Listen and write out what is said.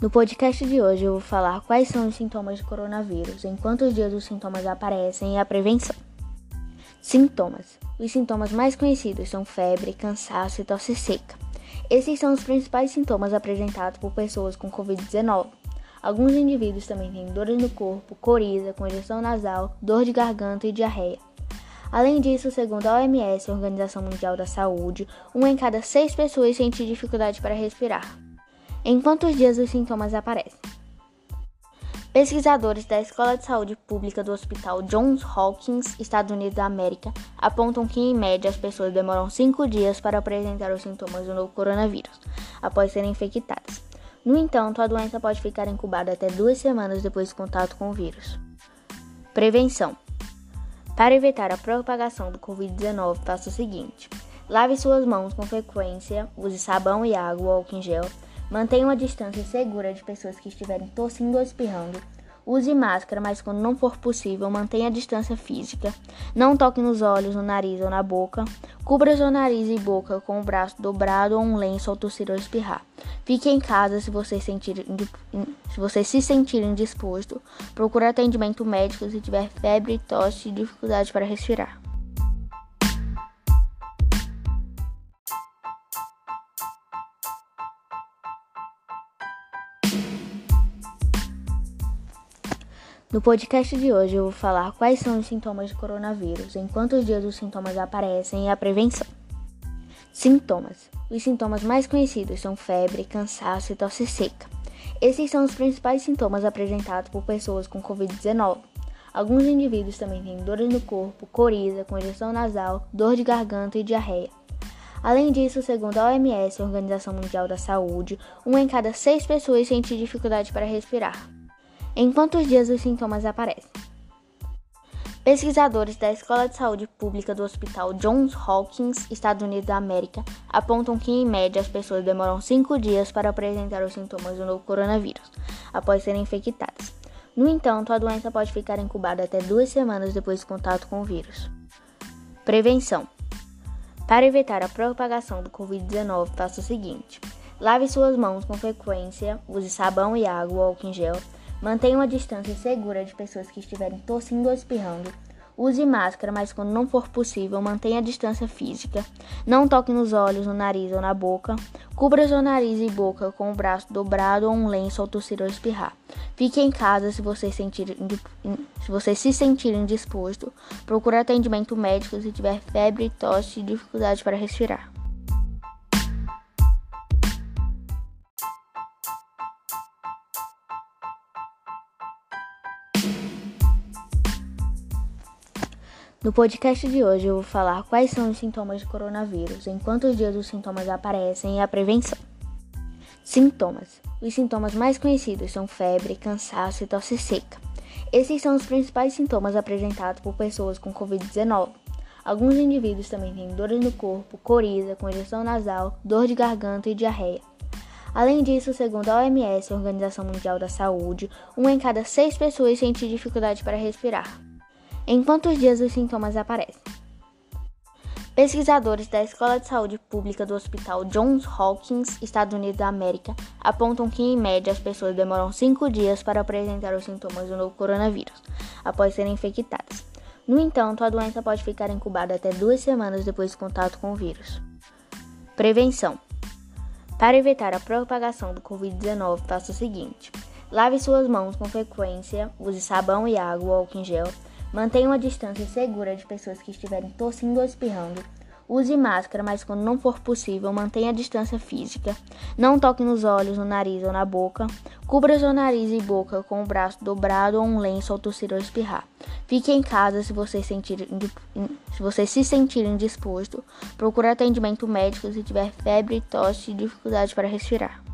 No podcast de hoje eu vou falar quais são os sintomas de coronavírus, em quantos dias os sintomas aparecem e a prevenção. Sintomas. Os sintomas mais conhecidos são febre, cansaço e tosse seca. Esses são os principais sintomas apresentados por pessoas com Covid-19. Alguns indivíduos também têm dores no corpo, coriza, congestão nasal, dor de garganta e diarreia. Além disso, segundo a OMS, a Organização Mundial da Saúde, 1 em cada 6 pessoas sente dificuldade para respirar. Em quantos dias os sintomas aparecem? Pesquisadores da Escola de Saúde Pública do Hospital Johns Hopkins, Estados Unidos da América, apontam que, em média, as pessoas demoram 5 dias para apresentar os sintomas do novo coronavírus, após serem infectadas. No entanto, a doença pode ficar incubada até 2 semanas depois do contato com o vírus. Prevenção. Para evitar a propagação do Covid-19, faça o seguinte: lave suas mãos com frequência, use sabão e água ou álcool em gel, mantenha uma distância segura de pessoas que estiverem tossindo ou espirrando, use máscara, mas quando não for possível, mantenha a distância física, não toque nos olhos, no nariz ou na boca, cubra seu nariz e boca com o braço dobrado ou um lenço ao tossir ou espirrar. Fique em casa se você se sentir indisposto, procure atendimento médico se tiver febre, tosse e dificuldade para respirar. No podcast de hoje eu vou falar quais são os sintomas de coronavírus, em quantos dias os sintomas aparecem e a prevenção. Sintomas. Os sintomas mais conhecidos são febre, cansaço e tosse seca. Esses são os principais sintomas apresentados por pessoas com Covid-19. Alguns indivíduos também têm dores no corpo, coriza, congestão nasal, dor de garganta e diarreia. Além disso, segundo a OMS, a Organização Mundial da Saúde, 1 em cada 6 pessoas sente dificuldade para respirar. Em quantos dias os sintomas aparecem? Pesquisadores da Escola de Saúde Pública do Hospital Johns Hopkins, Estados Unidos da América, apontam que, em média, as pessoas demoram 5 dias para apresentar os sintomas do novo coronavírus, após serem infectadas. No entanto, a doença pode ficar incubada até 2 semanas depois do contato com o vírus. Prevenção. Para evitar a propagação do Covid-19, faça o seguinte: lave suas mãos com frequência, use sabão e água ou álcool em gel, mantenha uma distância segura de pessoas que estiverem tossindo ou espirrando, use máscara, mas quando não for possível, mantenha a distância física, não toque nos olhos, no nariz ou na boca, cubra seu nariz e boca com o braço dobrado ou um lenço ao tossir ou espirrar. Fique em casa se você se sentir indisposto, procure atendimento médico se tiver febre, tosse e dificuldade para respirar. No podcast de hoje eu vou falar quais são os sintomas de coronavírus, em quantos dias os sintomas aparecem e a prevenção. Sintomas. Os sintomas mais conhecidos são febre, cansaço e tosse seca. Esses são os principais sintomas apresentados por pessoas com Covid-19. Alguns indivíduos também têm dores no corpo, coriza, congestão nasal, dor de garganta e diarreia. Além disso, segundo a OMS, a Organização Mundial da Saúde, 1 em cada 6 pessoas sente dificuldade para respirar. Em quantos dias os sintomas aparecem? Pesquisadores da Escola de Saúde Pública do Hospital Johns Hopkins, Estados Unidos da América, apontam que, em média, as pessoas demoram 5 dias para apresentar os sintomas do novo coronavírus, após serem infectadas. No entanto, a doença pode ficar incubada até 2 semanas depois do contato com o vírus. Prevenção. Para evitar a propagação do Covid-19, faça o seguinte: lave suas mãos com frequência, use sabão e água ou álcool em gel, mantenha uma distância segura de pessoas que estiverem tossindo ou espirrando, use máscara, mas quando não for possível, mantenha a distância física, não toque nos olhos, no nariz ou na boca, cubra seu nariz e boca com o braço dobrado ou um lenço ao tossir ou espirrar. Fique em casa se você se sentir indisposto, procure atendimento médico se tiver febre, tosse e dificuldade para respirar.